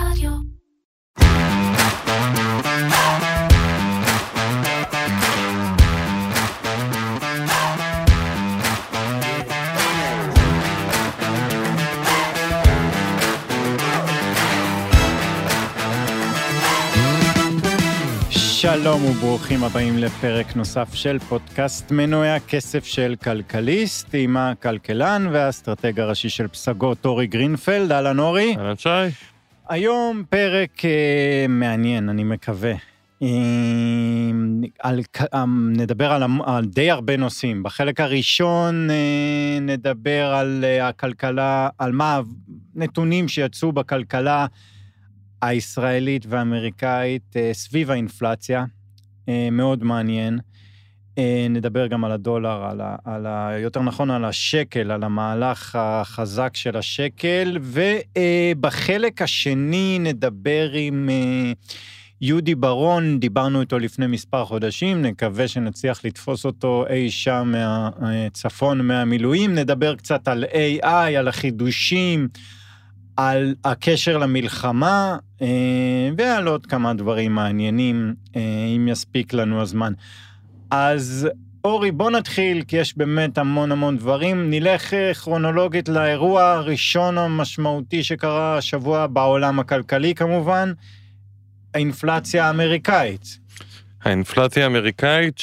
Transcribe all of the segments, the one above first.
רדיו. שלום וברוכים הבאים לפרק נוסף של פודקאסט מנועי הכסף של כלכליסט, עם הכלכלן והאסטרטג הראשי של פסגות, אורי גרינפלד. אהלן אורי. אהלן שי. היום פרק מעניין, אני מקווה. נדבר על די הרבה נושאים. בחלק הראשון נדבר על הכלכלה, על מה נתונים שיצאו בכלכלה הישראלית והאמריקאית סביב האינפלציה, מאוד מעניין. נדבר גם על הדולר, יותר נכון על השקל, על המהלך החזק של השקל, ובחלק השני נדבר עם יהודי ברון, דיברנו איתו לפני מספר חודשים, נקווה שנצליח לתפוס אותו אי שם מהצפון מהמילואים, נדבר קצת על AI, על החידושים, על הקשר למלחמה, ועל עוד כמה דברים מעניינים, אם יספיק לנו הזמן. אז אורי, בוא נתחיל, כי יש באמת המון דברים. נלך כרונולוגית לאירוע הראשון המשמעותי שקרה השבוע בעולם הכלכלי כמובן, האינפלציה האמריקאית. האינפלציה האמריקאית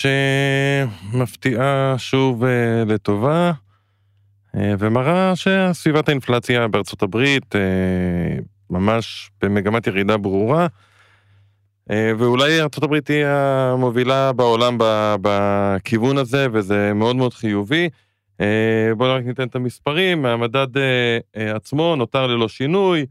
שמפתיעה שוב לטובה, ומראה שסביבת האינפלציה בארצות הברית ממש במגמת ירידה ברורה, ואולי ארצות הברית היא המובילה בעולם בכיוון הזה, וזה מאוד מאוד חיובי. בואו רק ניתן את המספרים. המדד עצמו נותר ללא שינוי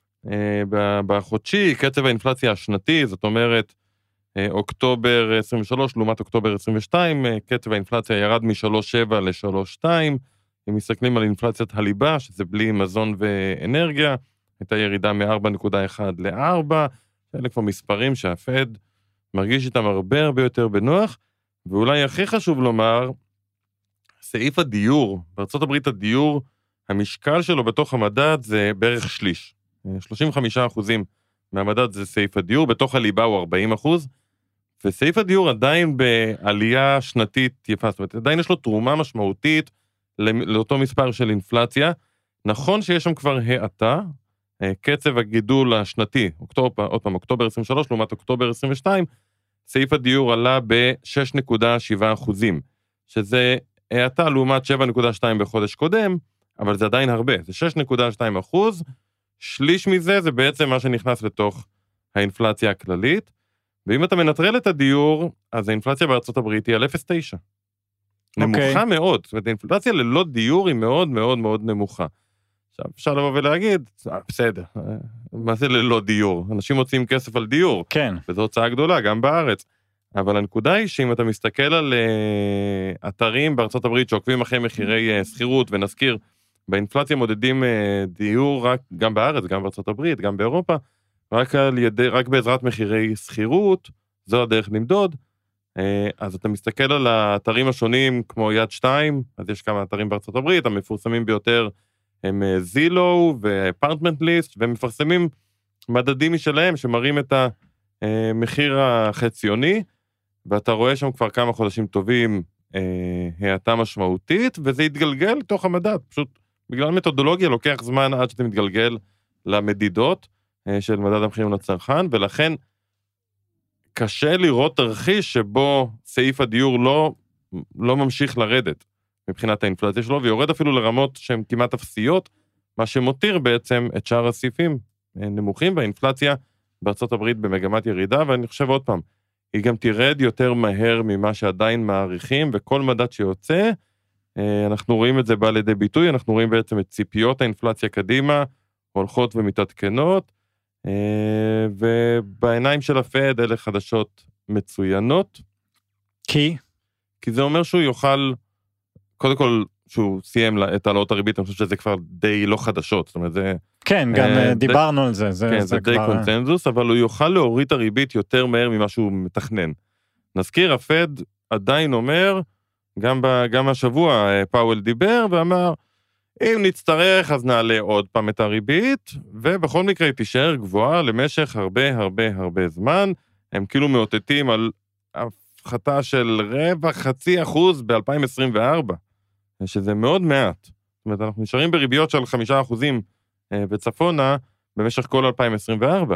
בחודשי, קצב האינפלציה השנתי, זאת אומרת אוקטובר 23 לעומת אוקטובר 22, קצב האינפלציה ירד מ-3.7 ל-3.2, אם מסתכלים על אינפלציית הליבה, שזה בלי מזון ואנרגיה, הייתה ירידה מ-4.1 ל-4, אלה כבר מספרים שהפד מרגיש איתם הרבה יותר בנוח, ואולי הכי חשוב לומר, סעיף הדיור, בארצות הברית הדיור, המשקל שלו בתוך המדד זה בערך שליש, 35% מהמדד זה סעיף הדיור, בתוך הליבה הוא 40%, וסעיף הדיור עדיין בעלייה שנתית יפה, זאת אומרת, עדיין יש לו תרומה משמעותית, לאותו מספר של אינפלציה. נכון שיש שם כבר האטה, קצב הגידול השנתי, אוקטובר 23 לעומת אוקטובר 22, סעיף הדיור עלה ב-6.7%, שזה האטה לעומת 7.2 בחודש קודם, אבל זה עדיין הרבה, זה 6.2%, שליש מזה זה בעצם מה שנכנס לתוך האינפלציה הכללית, ואם אתה מנטרל את הדיור, אז האינפלציה בארצות הברית היא על 0.9. נמוכה מאוד, זאת אומרת, האינפלציה ללא דיור היא מאוד נמוכה. עכשיו, אפשר לבוא ולהגיד, בסדר, מה זה ללא דיור? אנשים מוצאים כסף על דיור, כן. וזו הוצאה גדולה, גם בארץ. אבל הנקודה היא שאם אתה מסתכל על אתרים בארצות הברית שעוקבים אחרי מחירי שכירות, ונזכיר, באינפלציה מודדים דיור גם בארץ, גם בארצות הברית, גם באירופה, רק בעזרת מחירי שכירות, זו הדרך למדוד, אז אתה מסתכל על האתרים השונים כמו יד 2, אז יש כמה אתרים בארצות הברית, המפורסמים ביותר הם זילו ואפרטמנט ליסט, והם מפרסמים מדדים משלהם שמראים את המחיר החציוני, ואתה רואה שם כבר כמה חודשים טובים האטה משמעותית, וזה יתגלגל לתוך המדד, פשוט בגלל מתודולוגיה לוקח זמן עד שאתה מתגלגל למדידות של מדד המחירים לצרכן, ולכן קשה לראות תרחיש שבו סעיף הדיור לא ממשיך לרדת מבחינת האינפלציה שלו, ויורד אפילו לרמות שהן כמעט אפסיות, מה שמותיר בעצם את שאר הסעיפים נמוכים, והאינפלציה בארצות הברית במגמת ירידה, ואני חושב עוד פעם, היא גם תירד יותר מהר ממה שעדיין מעריכים, וכל מדד שיוצא, אנחנו רואים את זה בא לידי ביטוי, אנחנו רואים בעצם את ציפיות האינפלציה קדימה, הולכות ומתעדכנות, ובעיניים של הפד אלה חדשות מצוינות. כי זה אומר שהוא יוכל, קודם כל שהוא סיים את העלות הריבית, אני חושב שזה כבר די לא חדשות, זאת אומרת זה... כן, גם דיברנו על זה. כן, זה די קונצנזוס, אבל הוא יוכל להוריד את הריבית יותר מהר ממה שהוא מתכנן. נזכיר, הפד עדיין אומר, גם השבוע פאוול דיבר ואמר, אם נצטרך, אז נעלה עוד פעם את הריבית, ובכל מקרה היא תישאר גבוהה למשך הרבה זמן. הם כאילו מאותתים על הפחתה של 0.5% ב-2024, שזה מאוד מעט. זאת אומרת, אנחנו נשארים בריביות של 5% וצפונה במשך כל 2024.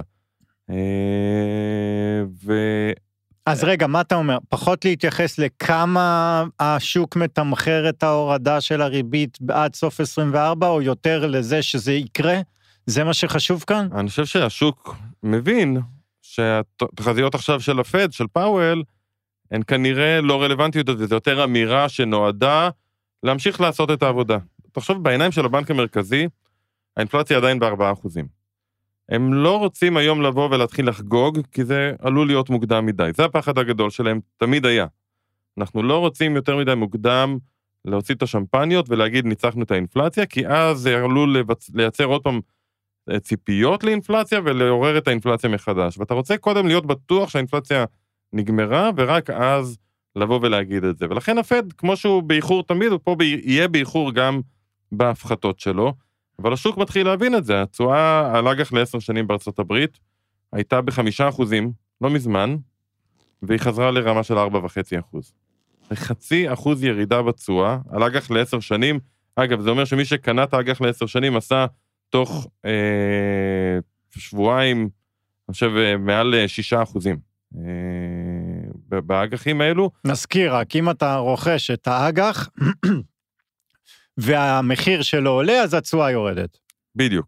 אז רגע, מה אתה אומר? פחות להתייחס לכמה השוק מתמחר את ההורדה של הריבית עד סוף 24, או יותר לזה שזה יקרה? זה מה שחשוב כאן? אני חושב שהשוק מבין שהתחזיות עכשיו של הפד, של פאוול, הן כנראה לא רלוונטיות, וזה יותר אמירה שנועדה להמשיך לעשות את העבודה. תחשוב, בעיניים של הבנק המרכזי, האינפלציה עדיין ב4%. הם לא רוצים היום לבוא ולהתחיל לחגוג, כי זה עלול להיות מוקדם מדי. זה הפחד הגדול שלהם, תמיד היה. אנחנו לא רוצים יותר מדי מוקדם להוציא את השמפניות ולהגיד ניצחנו את האינפלציה, כי אז זה עלול לייצר עוד פעם ציפיות לאינפלציה ולעורר את האינפלציה מחדש. ואתה רוצה קודם להיות בטוח שהאינפלציה נגמרה, ורק אז לבוא ולהגיד את זה. ולכן הפד, כמו שהוא באיחור תמיד, הוא פה יהיה באיחור גם בהפחתות שלו, אבל השוק מתחיל להבין את זה. התשואה על אג"ח ל10 שנים בארצות הברית הייתה ב5%, לא מזמן, והיא חזרה לרמה של 4.5%. 0.5% ירידה בתשואה על אג"ח ל10 שנים. אגב, זה אומר שמי שקנה את האג"ח ל10 שנים עשה תוך שבועיים, אני חושב, מעל 6%. באג"חים האלו. נזכיר, רק אם אתה רוכש את האג"ח, והמחיר שלו עולה, אז התשואה יורדת. בדיוק.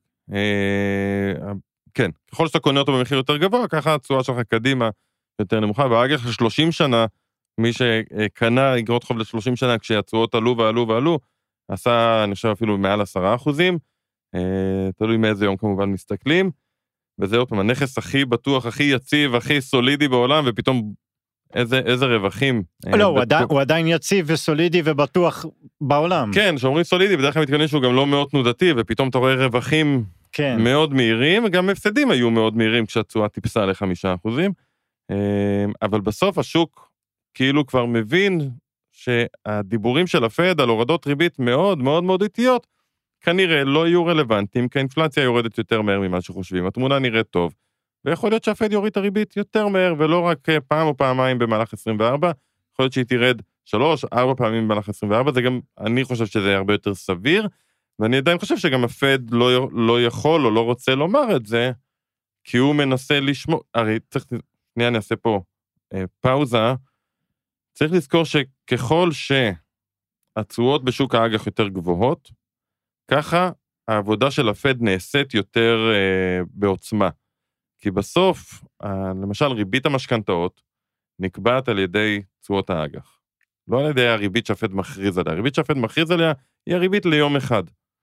כן, ככל שאתה קונה אותו במחיר יותר גבוה, ככה התשואה שלך קדימה יותר נמוכה, והאג"ח ל30 שנה, מי שקנה אגרות חוב ל30 שנה, כשהתשואות עלו, עשה, אני חושב, אפילו מעל 10%, תלוי מאיזה יום כמובן מסתכלים, וזה עוד פעם, הנכס הכי בטוח, הכי יציב, הכי סולידי בעולם, ופתאום איזה רווחים. לא, הוא עדיין יציב וסולידי ובטוח בעולם. כן, שאומרים סולידי, בדרך כלל מתכוונים שהוא גם לא מאוד תנודתי, ופתאום אתה רואה רווחים מאוד מהירים, וגם הפסדים היו מאוד מהירים, כשהתשואה טיפסה ל5%. אבל בסוף השוק כאילו כבר מבין שהדיבורים של הפד על הורדות ריבית מאוד מאוד מאוד איטיות, כנראה לא יהיו רלוונטיים, כי האינפלציה יורדת יותר מהר ממה שחושבים, התמונה נראית טוב, ויכול להיות שהפד יוריד את הריבית יותר מהר, ולא רק פעם או פעמיים במהלך 24, יכול להיות שהיא תירד 3-4 פעמים במהלך 24, זה גם, אני חושב שזה הרבה יותר סביר, ואני עדיין חושב שגם הפד לא יכול או לא רוצה לומר את זה, כי הוא מנסה לשמור, הרי צריך, שנייה אני אעשה פה פאוזה, צריך לזכור שככל שהתשואות בשוק האג"ח יותר גבוהות, ככה העבודה של הפד נעשית יותר בעוצמה. כי בסוף, למשל, ריבית המשכנתאות נקבעת על ידי תשואות האג"ח. לא על ידי הריבית שהפד מכריז עליה. הריבית שהפד מכריז עליה היא הריבית ליום אחד.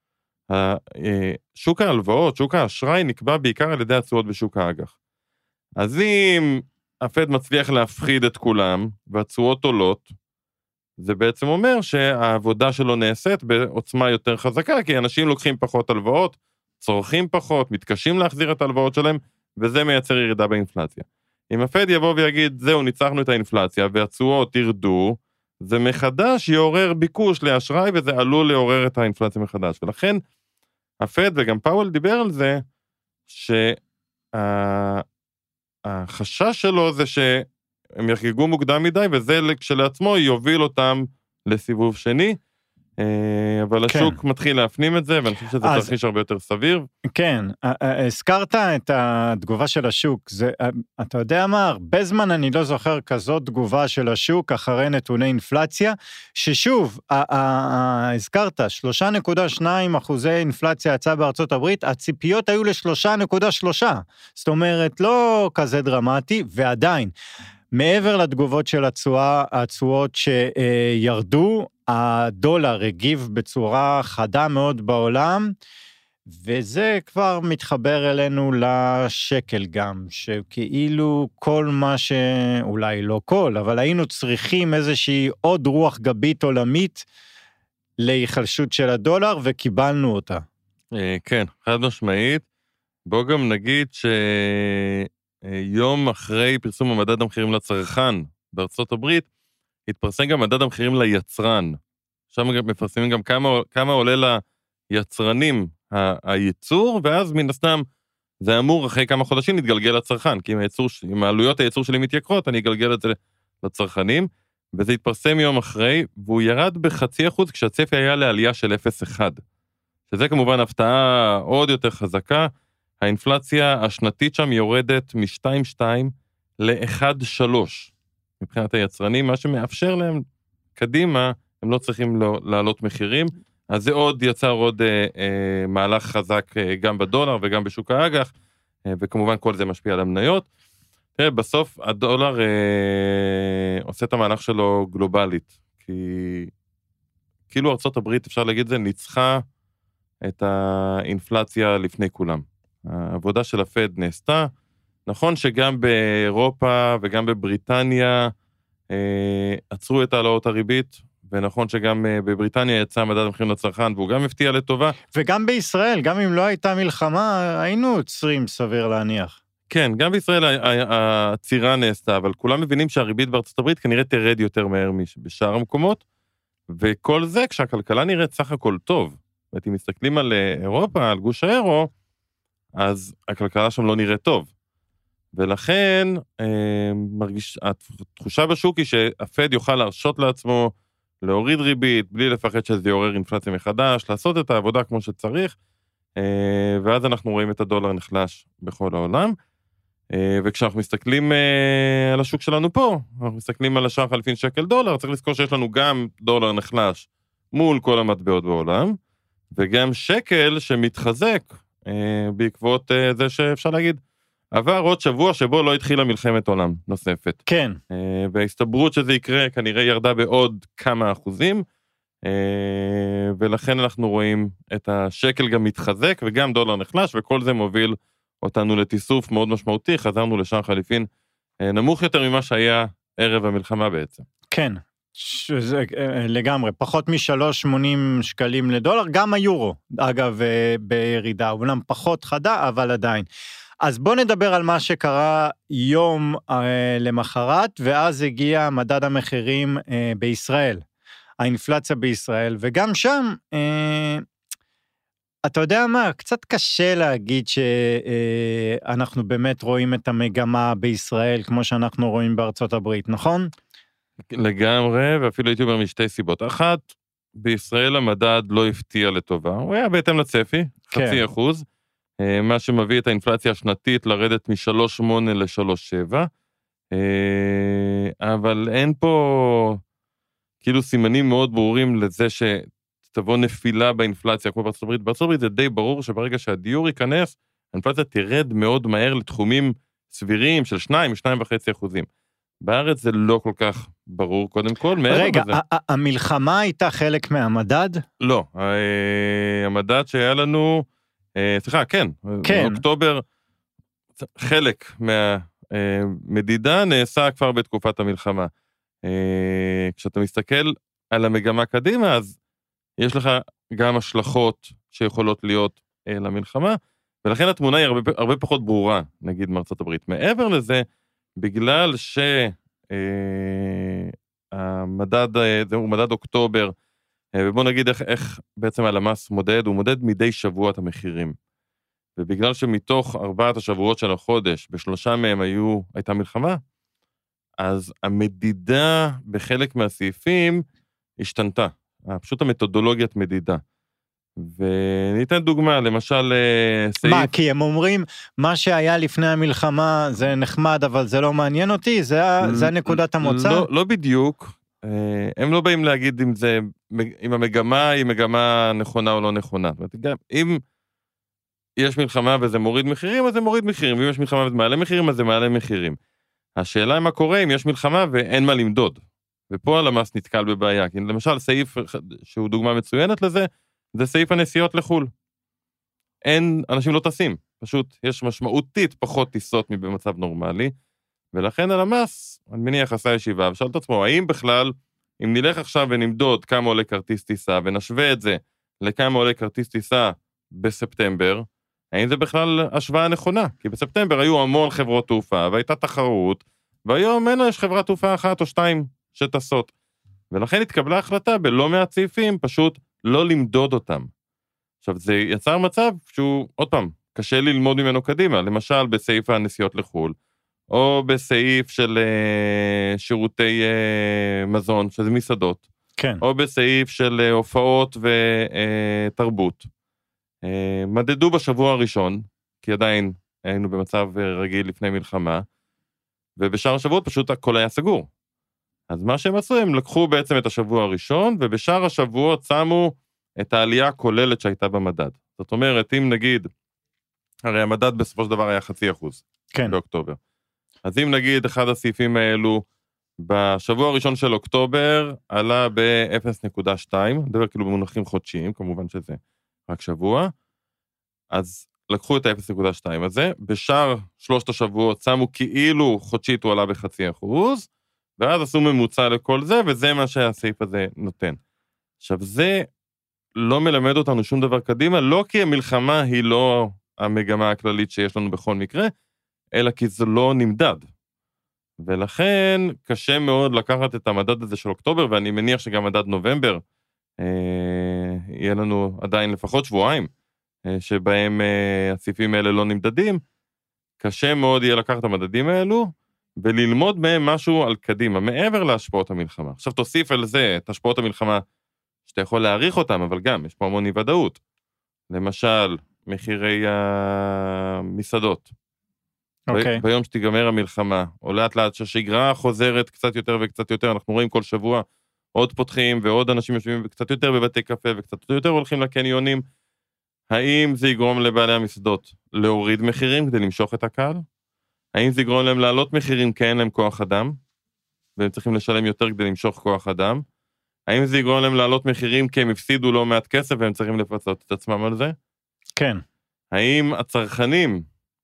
שוק ההלוואות, שוק האשראי נקבע בעיקר על ידי התשואות בשוק האג"ח. אז אם הפד מצליח להפחיד את כולם, והתשואות עולות, זה בעצם אומר שהעבודה שלו נעשית בעוצמה יותר חזקה, כי אנשים לוקחים פחות הלוואות, צורכים פחות, מתקשים להחזיר את ההלוואות שלהם, וזה מייצר ירידה באינפלציה. אם הפד יבוא ויגיד, זהו, ניצחנו את האינפלציה, והתשואות ירדו, זה מחדש יעורר ביקוש לאשראי, וזה עלול לעורר את האינפלציה מחדש. ולכן, הפד וגם פאוול דיבר על זה, שהחשש שלו זה שהם יחגגו מוקדם מדי, וזה כשלעצמו יוביל אותם לסיבוב שני, אבל השוק מתחיל להפנים את זה, ואני חושב שזה תרחיש הרבה יותר סביר. כן, הזכרת את התגובה של השוק, אתה יודע מה, הרבה זמן אני לא זוכר כזאת תגובה של השוק, אחרי נתוני אינפלציה, ששוב, הזכרת, 3.2% אינפלציה יצאה בארצות הברית, הציפיות היו ל3.3, זאת אומרת, לא כזה דרמטי, ועדיין, מעבר לתגובות של התשואות שירדו, הדולר הגיב בצורה חדה מאוד בעולם, וזה כבר מתחבר אלינו לשקל גם, שכאילו כל מה אולי לא כל, אבל היינו צריכים איזושהי עוד רוח גבית עולמית להיחלשות של הדולר, וקיבלנו אותה. כן, חד משמעית. בוא גם נגיד שיום אחרי פרסום המדד המחירים לצרכן בארצות הברית, התפרסם גם מדד המחירים ליצרן. שם מפרסמים גם כמה עולה היצרנים הייצור, ואז מן הסתם זה אמור אחרי כמה חודשים להתגלגל לצרכן, כי אם העלויות הייצור שלי מתייקרות, אני אגלגל את זה לצרכנים, וזה התפרסם יום אחרי, והוא ירד ב0.5%, כשהצפי היה לעלייה של 0.1. שזה כמובן הפתעה עוד יותר חזקה, האינפלציה השנתית שם יורדת מ-2.2 ל-1.3, מבחינת היצרנים, מה שמאפשר להם קדימה, הם לא צריכים לעלות מחירים, אז זה יצר עוד מהלך חזק גם בדולר וגם בשוק האג"ח, וכמובן כל זה משפיע על המניות. תראה, בסוף הדולר עושה את המהלך שלו גלובלית, כי כאילו ארצות הברית, אפשר להגיד זה, ניצחה את האינפלציה לפני כולם. העבודה של הפד נעשתה, נכון שגם באירופה וגם בבריטניה עצרו את העלאות הריבית, ונכון שגם בבריטניה יצא מדד המחירים לצרכן, והוא גם הפתיע לטובה. וגם בישראל, גם אם לא הייתה מלחמה, היינו עוצרים סביר להניח. כן, גם בישראל העצירה נעשתה, אבל כולם מבינים שהריבית בארצות הברית כנראה תרד יותר מהר בשאר המקומות, וכל זה כשהכלכלה נראית סך הכל טוב. ואתם מסתכלים על אירופה, על גוש האירו, אז הכלכלה שם לא נראית טוב. ולכן התחושה בשוק היא שהפד יוכל להרשות לעצמו להוריד ריבית, בלי לפחד שזה יעורר אינפלציה מחדש, לעשות את העבודה כמו שצריך, ואז אנחנו רואים את הדולר נחלש בכל העולם. וכשאנחנו מסתכלים על השוק שלנו פה, אנחנו מסתכלים על השער חליפין שקל דולר, צריך לזכור שיש לנו גם דולר נחלש מול כל המטבעות בעולם, וגם שקל שמתחזק בעקבות זה שאפשר להגיד, עבר עוד שבוע שבו לא התחילה מלחמת עולם נוספת. כן. וההסתברות שזה יקרה כנראה ירדה בעוד כמה אחוזים, ולכן אנחנו רואים את השקל גם מתחזק וגם דולר נחלש, וכל זה מוביל אותנו לתיסוף מאוד משמעותי, חזרנו לשער חליפין נמוך יותר ממה שהיה ערב המלחמה בעצם. כן, לגמרי, פחות מ-3.80 שקלים לדולר, גם היורו, אגב, בירידה, אולם פחות חדה, אבל עדיין. אז בוא נדבר על מה שקרה יום למחרת, ואז הגיע מדד המחירים בישראל, האינפלציה בישראל, וגם שם, אתה יודע מה, קצת קשה להגיד שאנחנו באמת רואים את המגמה בישראל, כמו שאנחנו רואים בארצות הברית, נכון? לגמרי, ואפילו הייתי אומר משתי סיבות. אחת, בישראל המדד לא הפתיע לטובה, הוא היה בהתאם לצפי, 0.5%, מה שמביא את האינפלציה השנתית לרדת מ-3.8 ל-3.7, אבל אין פה כאילו סימנים מאוד ברורים לזה שתבוא נפילה באינפלציה כמו בארצות הברית. בארצות הברית זה די ברור שברגע שהדיור ייכנס, האינפלציה תרד מאוד מהר לתחומים סבירים של 2.5%. בארץ זה לא כל כך ברור קודם כל. רגע, המלחמה הייתה חלק מהמדד? לא, המדד שהיה לנו, סליחה, כן, אוקטובר, חלק מהמדידה נעשה כבר בתקופת המלחמה. כשאתה מסתכל על המגמה קדימה, אז יש לך גם השלכות שיכולות להיות למלחמה, ולכן התמונה היא הרבה פחות ברורה, נגיד מארצות הברית. מעבר לזה, בגלל שהמדד, זהו מדד אוקטובר, ובוא נגיד איך בעצם הלמ"ס מודד, הוא מודד מדי שבוע את המחירים. ובגלל שמתוך 4 השבועות של החודש, ב3 מהם הייתה מלחמה, אז המדידה בחלק מהסעיפים השתנתה. פשוט המתודולוגיית מדידה. וניתן דוגמה, למשל סעיף... מה, כי הם אומרים, מה שהיה לפני המלחמה זה נחמד, אבל זה לא מעניין אותי? זה נקודת המוצא? לא בדיוק. הם לא באים להגיד אם המגמה היא מגמה נכונה או לא נכונה. אם יש מלחמה וזה מוריד מחירים, אז זה מוריד מחירים, ואם יש מלחמה וזה מעלה מחירים, אז זה מעלה מחירים. השאלה היא מה קורה אם יש מלחמה ואין מה למדוד. ופה הלמ"ס נתקל בבעיה, כי למשל סעיף שהוא דוגמה מצוינת לזה, זה סעיף הנסיעות לחול. אנשים לא טסים, פשוט יש משמעותית פחות טיסות מבמצב נורמלי, ולכן הלמ"ס, אני מניח עשה ישיבה, ושאל את עצמו, האם בכלל, אם נלך עכשיו ונמדוד כמה עולה כרטיס טיסה, ונשווה את זה לכמה עולה כרטיס טיסה בספטמבר, האם זה בכלל השוואה נכונה? כי בספטמבר היו המון חברות תעופה, והייתה תחרות, והיום יש חברת תעופה 1 או 2 שטסות. ולכן התקבלה החלטה בלא מעט סעיפים, פשוט לא למדוד אותם. עכשיו, זה יצר מצב שהוא, עוד פעם, קשה ללמוד ממנו קדימה, למשל בסעיף הנסיעות לחו"ל, או בסעיף של שירותי מזון, שזה מסעדות, כן. או בסעיף של הופעות ותרבות. מדדו בשבוע הראשון, כי עדיין היינו במצב רגיל לפני מלחמה, ובשאר השבועות פשוט הכל היה סגור. אז מה שהם עשו, הם לקחו בעצם את השבוע הראשון, ובשאר השבועות שמו את העלייה הכוללת שהייתה במדד. זאת אומרת, אם נגיד, הרי המדד בסופו של דבר היה 0.5%. כן. באוקטובר. אז אם נגיד אחד הסעיפים האלו, בשבוע הראשון של אוקטובר, עלה ב-0.2, מדבר כאילו במונחים חודשיים, כמובן שזה רק שבוע, אז לקחו את ה-0.2 הזה, בשאר 3 השבועות שמו כאילו חודשית הוא עלה ב0.5%, ואז עשו ממוצע לכל זה, וזה מה שהסעיף הזה נותן. עכשיו, זה לא מלמד אותנו שום דבר קדימה, לא כי המלחמה היא לא המגמה הכללית שיש לנו בכל מקרה, אלא כי זה לא נמדד. ולכן קשה מאוד לקחת את המדד הזה של אוקטובר, ואני מניח שגם מדד נובמבר, יהיה לנו עדיין לפחות שבועיים, שבהם הסעיפים האלה לא נמדדים, קשה מאוד יהיה לקחת את המדדים האלו, וללמוד מהם משהו על קדימה, מעבר להשפעות המלחמה. עכשיו תוסיף על זה את השפעות המלחמה, שאתה יכול להעריך אותם, אבל גם יש פה המון אי-ודאות. למשל, מחירי המסעדות. אוקיי. ביום שתיגמר המלחמה, או לאט לאט שהשגרה חוזרת קצת יותר וקצת יותר, אנחנו רואים כל שבוע עוד פותחים, ועוד אנשים יושבים קצת יותר בבתי קפה, וקצת יותר הולכים לקניונים. האם זה יגרום לבעלי המסעדות להוריד מחירים כדי למשוך את הקהל? האם זה יגרום להם לעלות מחירים כי אין להם כוח אדם, והם צריכים לשלם יותר כדי למשוך כוח אדם? האם זה יגרום להם לעלות מחירים כי הם הפסידו לא מעט כסף, והם צריכים לפצות את עצמם על זה? כן. האם הצרכנים,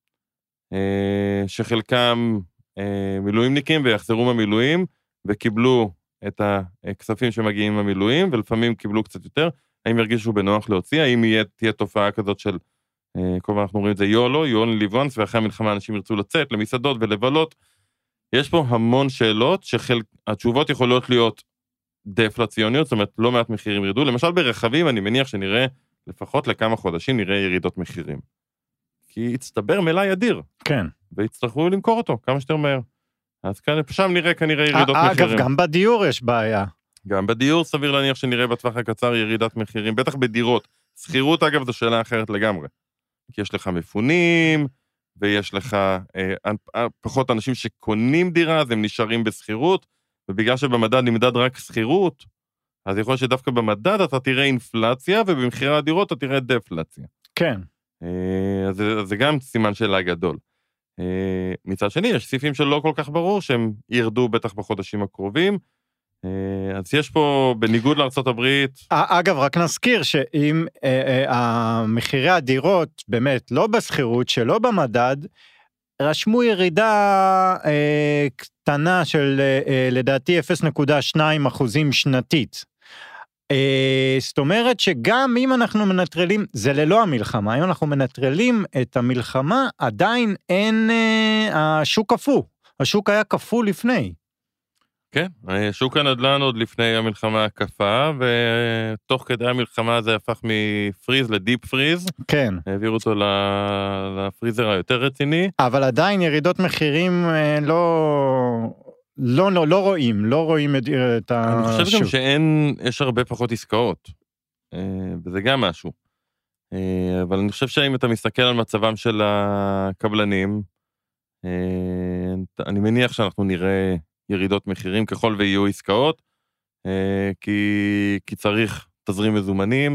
שחלקם מילואימניקים ויחזרו מהמילואים, וקיבלו את הכספים שמגיעים מהמילואים, ולפעמים קיבלו קצת יותר, האם ירגישו בנוח להוציא? האם תהיה תופעה כזאת של, כל מה אנחנו רואים את זה יולו, you only live once, ואחרי המלחמה אנשים ירצו לצאת למסעדות ולבלות? יש פה המון שאלות שהתשובות יכולות להיות דפלציוניות, זאת אומרת לא מעט מחירים ירדו, למשל ברכבים אני מניח שנראה לפחות לכמה חודשים נראה ירידות מחירים. כי יצטבר מלאי אדיר. כן. ויצטרכו למכור אותו כמה שיותר מהר. אז שם נראה כנראה ירידות מחירים. אגב, גם בדיור יש בעיה. גם בדיור סביר להניח שנראה בטווח הקצר ירידת מחירים, בטח בדירות. שכירות אגב זו שאלה אחרת לגמרי. כי יש לך מפונים, ויש לך פחות אנשים שקונים דירה, אז הם נשארים בשכירות, ובגלל שבמדד נמדד רק שכירות, אז יכול להיות שדווקא במדד אתה תראה אינפלציה, ובמחירי הדירות אתה תראה דפלציה. כן. אז זה גם סימן שאלה גדול. מצד שני, יש סעיפים שלא כל כך ברור, שהם ירדו בטח בחודשים הקרובים, אז יש פה, בניגוד לארצות הברית... אגב, רק נזכיר שאם המחירי הדירות, באמת, לא בסחירות, שלא במדד, רשמו ירידה קטנה של, לדעתי, 0.2% שנתית. זאת אומרת שגם אם אנחנו מנטרלים, זה ללא המלחמה, אם אנחנו מנטרלים את המלחמה, עדיין אין, השוק קפוא, השוק היה קפוא לפני. כן, שוק הנדל"ן עוד לפני המלחמה קפה, ותוך כדי המלחמה זה הפך מפריז לדיפ פריז. כן. העבירו אותו לפריזר היותר רציני. אבל עדיין ירידות מחירים לא רואים את השוק. אני חושב גם יש הרבה פחות עסקאות, וזה גם משהו. אבל אני חושב שאם אתה מסתכל על מצבם של הקבלנים, אני מניח שאנחנו נראה ירידות מחירים ככל ויהיו עסקאות, כי צריך תזרים מזומנים.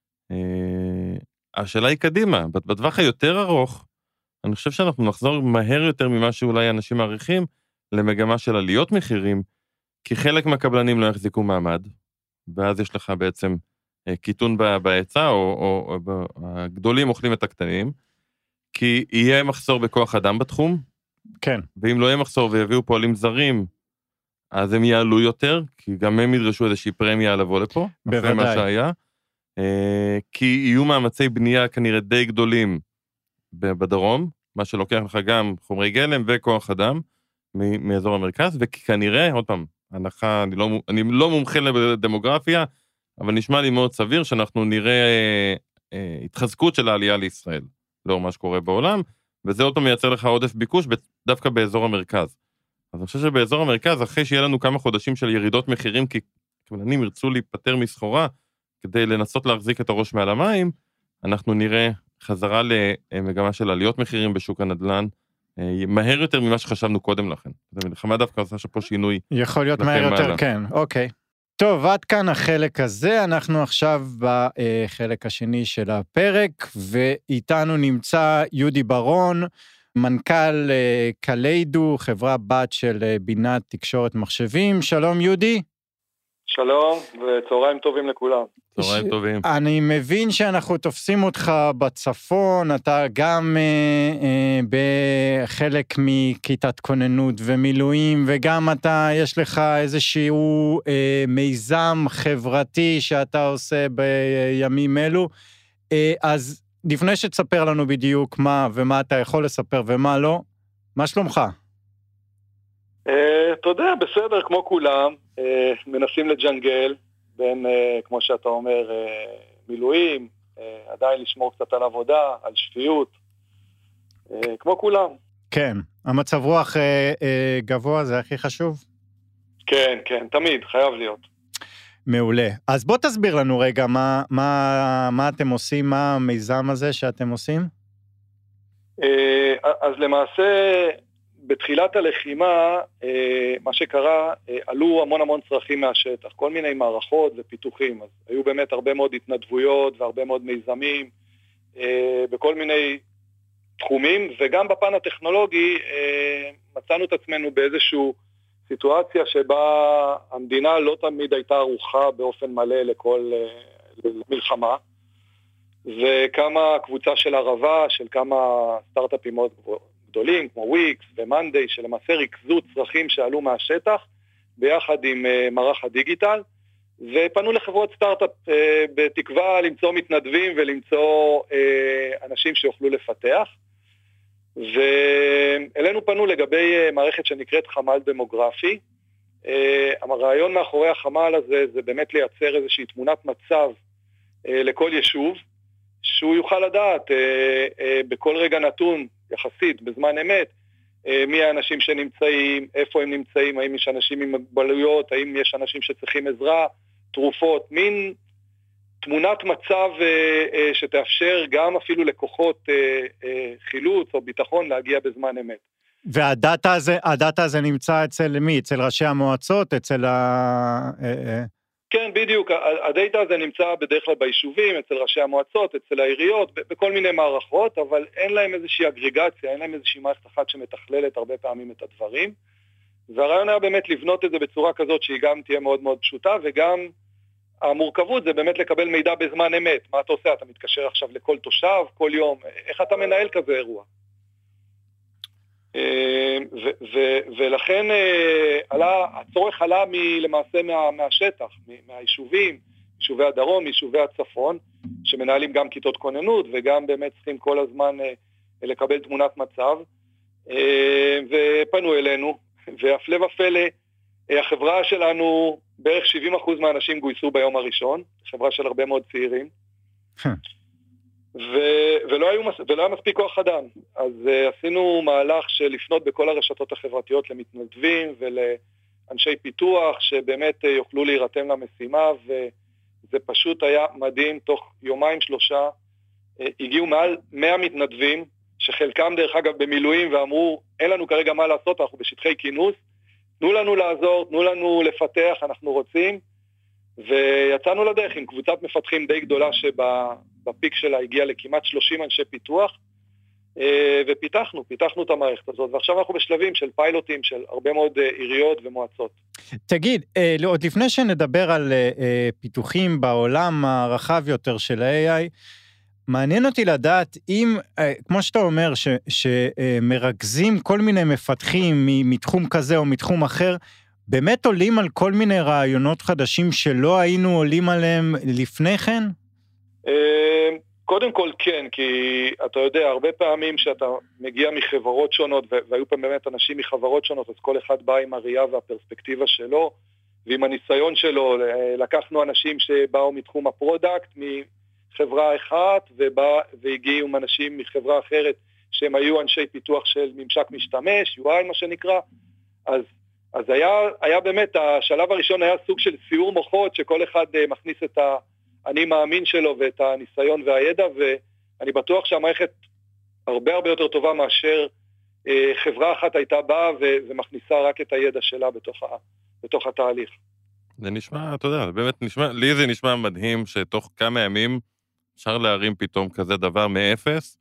השאלה היא קדימה, בטווח היותר ארוך, אני חושב שאנחנו נחזור מהר יותר ממה שאולי אנשים מעריכים, למגמה של עליות מחירים, כי חלק מהקבלנים לא יחזיקו מעמד, ואז יש לך בעצם קיטון בהיצע, או הגדולים אוכלים את הקטנים, כי יהיה מחסור בכוח אדם בתחום, כן. ואם לא יהיה מחסור ויביאו פועלים זרים, אז הם יעלו יותר, כי גם הם ידרשו איזושהי פרמיה לבוא לפה, בוודאי. אחרי מה שהיה, כי יהיו מאמצי בנייה כנראה די גדולים בדרום, מה שלוקח לך גם חומרי גלם וכוח אדם, מאזור המרכז, וכנראה, עוד פעם, הנחה, אני לא מומחה לדמוגרפיה, אבל נשמע לי מאוד סביר שאנחנו נראה התחזקות של העלייה לישראל, לאור מה שקורה בעולם, וזה אותו מייצר לך עודף ביקוש דווקא באזור המרכז. אז אני חושב שבאזור המרכז, אחרי שיהיה לנו כמה חודשים של ירידות מחירים, כי קבלנים ירצו להיפטר מסחורה, כדי לנסות להחזיק את הראש מעל המים, אנחנו נראה חזרה למגמה של עליות מחירים בשוק הנדל"ן, מהר יותר ממה שחשבנו קודם לכן. זה מלחמה דווקא עושה שפה שינוי. יכול להיות מהר יותר, כן, אוקיי. טוב, עד כאן החלק הזה, אנחנו עכשיו בחלק השני של הפרק, ואיתנו נמצא יהודי ברון, מנכ"ל קליידו, חברה בת של בינת תקשורת מחשבים. שלום יהודי. שלום, וצהריים טובים לכולם. צהריים טובים. אני מבין שאנחנו תופסים אותך בצפון, אתה גם בחלק מכיתת כוננות ומילואים, וגם אתה, יש לך איזשהו מיזם חברתי שאתה עושה בימים אלו. אז לפני שתספר לנו בדיוק מה ומה אתה יכול לספר ומה לא, מה שלומך? אתה יודע, בסדר, כמו כולם, מנסים לג'נגל, בין, כמו שאתה אומר, מילואים, עדיין לשמור קצת על עבודה, על שפיות, כמו כולם. כן, המצב רוח גבוה, זה הכי חשוב? כן, כן, תמיד, חייב להיות. מעולה. אז בוא תסביר לנו רגע מה אתם עושים, מה המיזם הזה שאתם עושים? אז למעשה, בתחילת הלחימה, מה שקרה, עלו המון צרכים מהשטח, כל מיני מערכות ופיתוחים, אז היו באמת הרבה מאוד התנדבויות והרבה מאוד מיזמים, בכל מיני תחומים, וגם בפן הטכנולוגי, מצאנו את עצמנו באיזשהו סיטואציה שבה המדינה לא תמיד הייתה ערוכה באופן מלא לכל מלחמה, וכמה קבוצה של ערבה, של כמה סטארט-אפים מאוד גדולים, כמו וויקס ומנדי, שלמעשה ריכזו צרכים שעלו מהשטח, ביחד עם מערך הדיגיטל, ופנו לחברות סטארט-אפ בתקווה למצוא מתנדבים ולמצוא אנשים שיוכלו לפתח, ואלינו פנו לגבי מערכת שנקראת חמ"ל דמוגרפי. הרעיון מאחורי החמ"ל הזה זה באמת לייצר איזושהי תמונת מצב לכל יישוב, שהוא יוכל לדעת בכל רגע נתון, יחסית, בזמן אמת, מי האנשים שנמצאים, איפה הם נמצאים, האם יש אנשים עם מוגבלויות, האם יש אנשים שצריכים עזרה, תרופות, מין תמונת מצב שתאפשר גם אפילו לכוחות חילוץ או ביטחון להגיע בזמן אמת. והדאטה הזה נמצא אצל מי? אצל ראשי המועצות? אצל כן, בדיוק. הדאטה הזה נמצא בדרך כלל ביישובים, אצל ראשי המועצות, אצל העיריות, בכל מיני מערכות, אבל אין להם איזושהי אגריגציה, אין להם איזושהי מערכת אחת שמתכללת הרבה פעמים את הדברים. והרעיון היה באמת לבנות את זה בצורה כזאת שהיא גם תהיה מאוד מאוד פשוטה, וגם המורכבות זה באמת לקבל מידע בזמן אמת. מה אתה עושה? אתה מתקשר עכשיו לכל תושב, כל יום. איך אתה מנהל כזה אירוע? ולכן הצורך עלה למעשה מהשטח, מהיישובים, יישובי הדרום, יישובי הצפון, שמנהלים גם כיתות כוננות, וגם באמת צריכים כל הזמן לקבל תמונת מצב, ופנו אלינו, והפלא ופלא, החברה שלנו, בערך 70% מהאנשים גויסו ביום הראשון, חברה של הרבה מאוד צעירים, ולא היה מספיק כוח אדם. אז עשינו מהלך של לפנות בכל הרשתות החברתיות למתנדבים ולאנשי פיתוח שבאמת יוכלו להירתם למשימה, וזה פשוט היה מדהים. תוך יומיים שלושה הגיעו מעל 100 מתנדבים, שחלקם דרך אגב במילואים, ואמרו אין לנו כרגע מה לעשות, אנחנו בשטחי כינוס, תנו לנו לעזור, תנו לנו לפתח, אנחנו רוצים. ויצאנו לדרך עם קבוצת מפתחים די גדולה שבפיק שלה הגיעה לכמעט 30 אנשי פיתוח, ופיתחנו את המערכת הזאת, ועכשיו אנחנו בשלבים של פיילוטים של הרבה מאוד עיריות ומועצות. תגיד, עוד לפני שנדבר על פיתוחים בעולם הרחב יותר של ה-AI, מעניין אותי לדעת אם, כמו שאתה אומר, שמרכזים כל מיני מפתחים מתחום כזה או מתחום אחר, באמת עולים על כל מיני רעיונות חדשים שלא היינו עולים עליהם לפני כן? קודם כל כן, כי אתה יודע, הרבה פעמים שאתה מגיע מחברות שונות, והיו פעם באמת אנשים מחברות שונות, אז כל אחד בא עם הראייה והפרספקטיבה שלו, ועם הניסיון שלו. לקחנו אנשים שבאו מתחום הפרודקט, חברה אחת, והגיעו אנשים מחברה אחרת, שהם היו אנשי פיתוח של ממשק משתמש, UI מה שנקרא, אז היה באמת, השלב הראשון היה סוג של סיור מוחות, שכל אחד מכניס את האני מאמין שלו, ואת הניסיון והידע, ואני בטוח שהמערכת הרבה הרבה יותר טובה, מאשר חברה אחת הייתה באה, ומכניסה רק את הידע שלה בתוך התהליך. זה נשמע, אתה יודע, באמת נשמע, לי זה נשמע מדהים, שתוך כמה ימים אפשר להרים פתאום כזה דבר מאפס.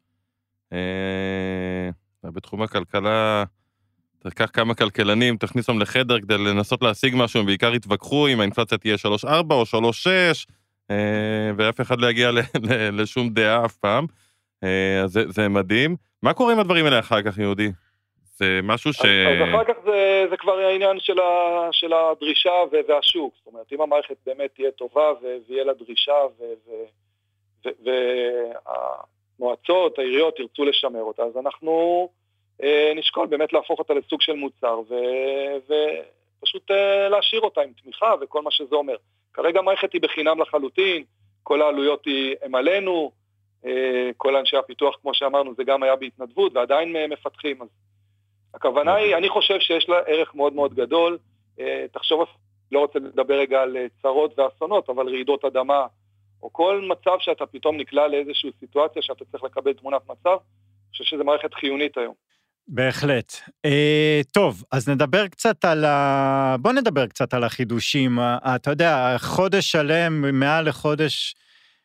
בתחום הכלכלה, תקח כמה כלכלנים, תכניס אותם לחדר כדי לנסות להשיג משהו, בעיקר יתווכחו אם האינפלציה תהיה 3.4 או 3.6, ואף אחד לא יגיע לשום דעה אף פעם. אז זה מדהים. מה קורה עם הדברים האלה אחר כך, יהודי? זה משהו ש... אז אחר כך זה כבר העניין של הדרישה והשוק. זאת אומרת, אם המערכת באמת תהיה טובה ויהיה לה דרישה והמועצות, העיריות ירצו לשמר אותה, אז אנחנו נשקול באמת להפוך אותה לסוג של מוצר ופשוט להשאיר אותה עם תמיכה וכל מה שזה אומר. כרגע המערכת היא בחינם לחלוטין, כל העלויות הם עלינו, כל אנשי הפיתוח, כמו שאמרנו, זה גם היה בהתנדבות, ועדיין מפתחים. אז הכוונה היא, אני חושב שיש לה ערך מאוד מאוד גדול. תחשוב, לא רוצה לדבר רגע על צרות ואסונות, אבל רעידות אדמה, או כל מצב שאתה פתאום נקלע לאיזושהי סיטואציה שאתה צריך לקבל תמונת מצב, אני חושב שזו מערכת חיונית היום. בהחלט. טוב, אז בוא נדבר קצת על החידושים. אתה יודע, חודש שלם, מעל לחודש,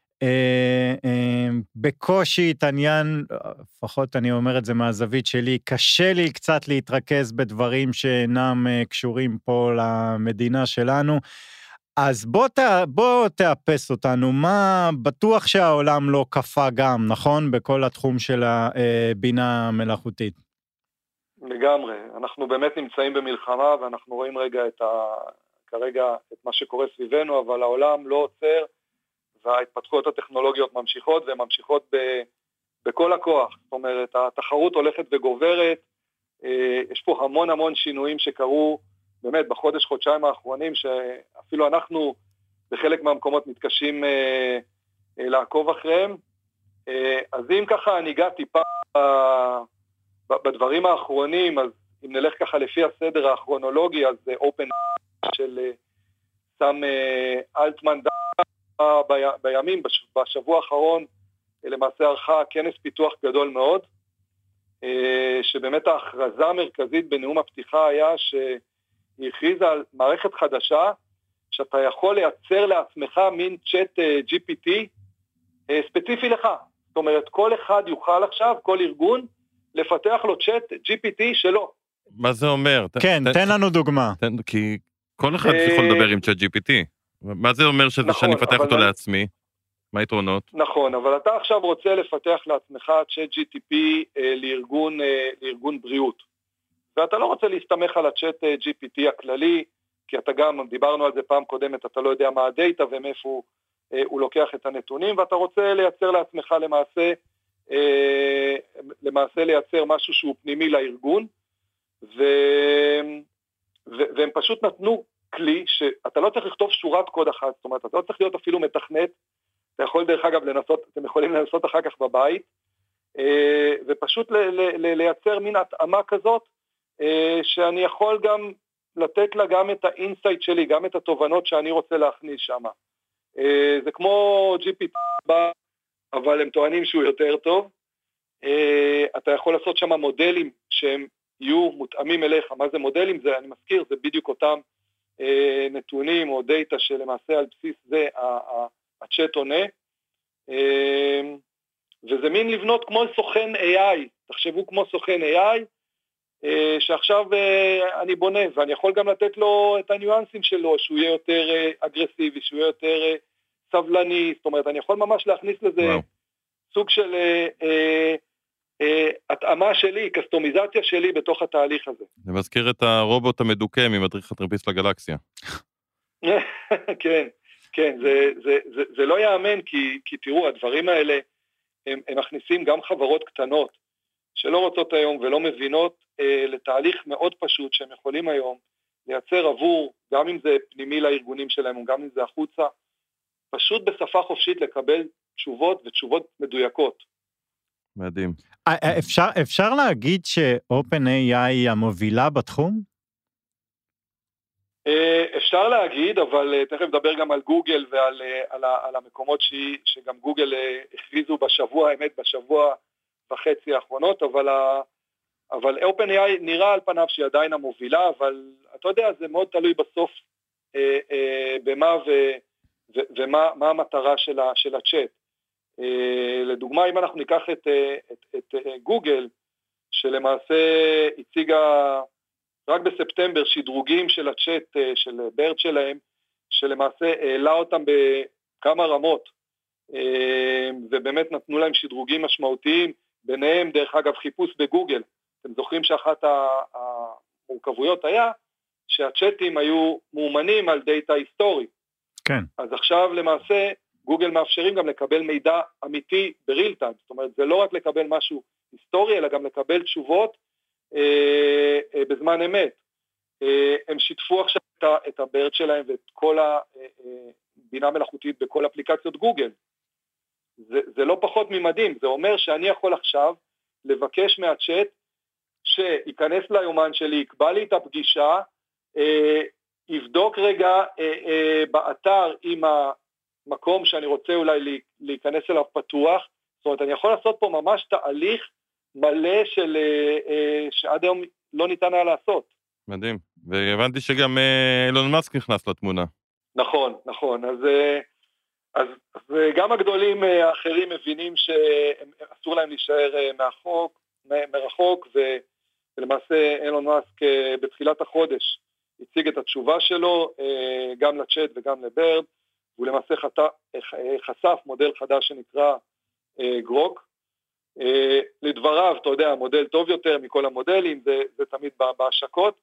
בקושי התעניין, לפחות אני אומר את זה מהזווית שלי, קשה לי קצת להתרכז בדברים שאינם קשורים פה למדינה שלנו, אז בוא תאפס אותנו, מה בטוח שהעולם לא קפה גם, נכון? בכל התחום של הבינה המלאכותית. לגמרי, אנחנו באמת נמצאים במלחמה, ואנחנו רואים רגע כרגע את מה שקורה סביבנו, אבל העולם לא עוצר, וההתפתחויות הטכנולוגיות ממשיכות, והן ממשיכות בכל הכוח. זאת אומרת, התחרות הולכת וגוברת, יש פה המון המון שינויים שקרו, באמת בחודש-חודשיים האחרונים, שאפילו אנחנו בחלק מהמקומות מתקשים לעקוב אחריהם. אז אם ככה אני אגע טיפה בדברים האחרונים, אז אם נלך ככה לפי הסדר האכרונולוגי, אז אופן של סם אלטמן בימים, בשבוע האחרון, למעשה ערכה כנס פיתוח גדול מאוד, שבאמת ההכרזה המרכזית בנאום הפתיחה היה שהיא הכריזה על מערכת חדשה, שאתה יכול לייצר לעצמך מין צ'אט GPT ספציפי לך. זאת אומרת, כל אחד יוכל עכשיו, כל ארגון, לפתח לו צ'אט GPT שלו. מה זה אומר? כן, תן לנו דוגמה. כי כל אחד יכול לדבר עם צ'אט GPT. מה זה אומר שאני אפתח אותו לעצמי? מה היתרונות? נכון, אבל אתה עכשיו רוצה לפתח לעצמך צ'אט GPT לארגון בריאות. ואתה לא רוצה להסתמך על הצ'אט GPT הכללי, כי אתה גם, דיברנו על זה פעם קודמת, אתה לא יודע מה הדאטה ומאיפה הוא לוקח את הנתונים, ואתה רוצה לייצר לעצמך למעשה לייצר משהו שהוא פנימי לארגון, והם פשוט נתנו כלי שאתה לא צריך לכתוב שורת קוד אחת, זאת אומרת, אתה לא צריך להיות אפילו מתכנת, אתה יכול דרך אגב אתם יכולים לנסות אחר כך בבית, ופשוט לייצר מין התאמה כזאת, שאני יכול גם לתת לה גם את האינסייט שלי, גם את התובנות שאני רוצה להכניס שם. זה כמו GPT, אבל הם טוענים שהוא יותר טוב. אתה יכול לעשות שם מודלים שהם יהיו מותאמים אליך. מה זה מודלים? זה, אני מזכיר, זה בדיוק אותם נתונים או דאטה שלמעשה על בסיס זה הצ'אט עונה. וזה מין לבנות כמו סוכן AI. תחשבו כמו סוכן AI, שעכשיו אני בונה, ואני יכול גם לתת לו את הניואנסים שלו, שהוא יהיה יותר אגרסיבי, שהוא יהיה יותר סבלני, זאת אומרת, אני יכול ממש להכניס לזה סוג של התאמה שלי, קסטומיזציה שלי בתוך התהליך הזה. זה מזכיר את הרובוט המדוקה ממדריך הטרמפיסט לגלקסיה. כן, כן, זה לא יאמן, כי תראו, הדברים האלה, הם מכניסים גם חברות קטנות, שלא רוצות היום ולא מבינות לתהליך מאוד פשוט שהם יכולים היום לייצר עבור, גם אם זה פנימי לארגונים שלהם, או גם אם זה החוצה, פשוט בשפה חופשית לקבל תשובות ותשובות מדויקות. מדהים. אפשר להגיד ש-OpenAI היא המובילה בתחום? אפשר להגיד, אבל תכף נדבר גם על גוגל ועל המקומות שגם גוגל הכריזו בשבוע וחצי האחרונות, אבל OpenAI נראה על פניו שהיא עדיין המובילה, אבל אתה יודע, זה מאוד תלוי בסוף ומה המטרה של הצ'אט. לדוגמה, אם אנחנו ניקח את גוגל, שלמעשה הציגה רק בספטמבר שדרוגים של הצ'אט של BERT שלהם, שלמעשה העלה אותם בכמה רמות, ובאמת נתנו להם שדרוגים משמעותיים, ביניהם דרך אגב חיפוש בגוגל. אתם זוכרים שאחת המורכבויות היה שהצ'אטים היו מאומנים על דאטה היסטורי. כן. אז עכשיו למעשה גוגל מאפשרים גם לקבל מידע אמיתי בריל טיים, זאת אומרת זה לא רק לקבל משהו היסטורי, אלא גם לקבל תשובות בזמן אמת. הם שיתפו עכשיו את הבירד שלהם ואת כל הבינה מלאכותית בכל אפליקציות גוגל. זה לא פחות ממדהים, זה אומר שאני יכול עכשיו לבקש מהצ'אט שיכנס ליומן שלי, יקבע לי את הפגישה, יבדוק רגע באתר עם המקום שאני רוצה אולי להיכנס אליו פתוח, זאת אומרת אני יכול לעשות פה ממש תהליך מלא שעד היום לא ניתן היה לעשות. מדהים, והבנתי שגם אילון מאסק נכנס לתמונה. נכון, אז גם הגדולים האחרים מבינים שאסור להם להישאר מרחוק, ולמעשה אילון מאסק בתחילת החודש הציג את התשובה שלו, גם לצ'אט וגם לבירד, והוא למעשה חשף מודל חדש שנקרא גרוק. לדבריו, אתה יודע, מודל טוב יותר מכל המודלים, זה תמיד בהשקות,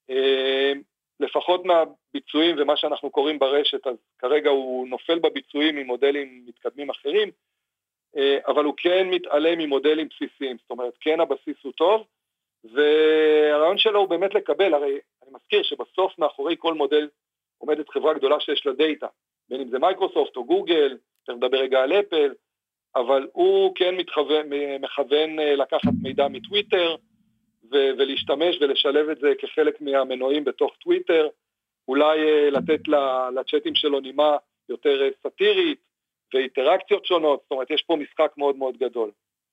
לפחות מהביצועים ומה שאנחנו קוראים ברשת, אז כרגע הוא נופל בביצועים עם מודלים מתקדמים אחרים, אבל הוא כן מתעלם ממודלים בסיסיים, זאת אומרת, כן הבסיס הוא טוב, והרעיון שלו הוא באמת לקבל, הרי אני מזכיר שבסוף מאחורי כל מודל עומדת חברה גדולה שיש לה דאטה, בין אם זה מייקרוסופט או גוגל, צריך לדבר רגע על אפל, אבל הוא כן מכוון לקחת מידע מטוויטר, ולהשתמש ולשלב את זה כחלק מהמנועים בתוך טוויטר, אולי לתת לצ'אטים שלו נימה יותר סאטירית, ואינטראקציות שונות, זאת אומרת, יש פה משחק מאוד מאוד גדול.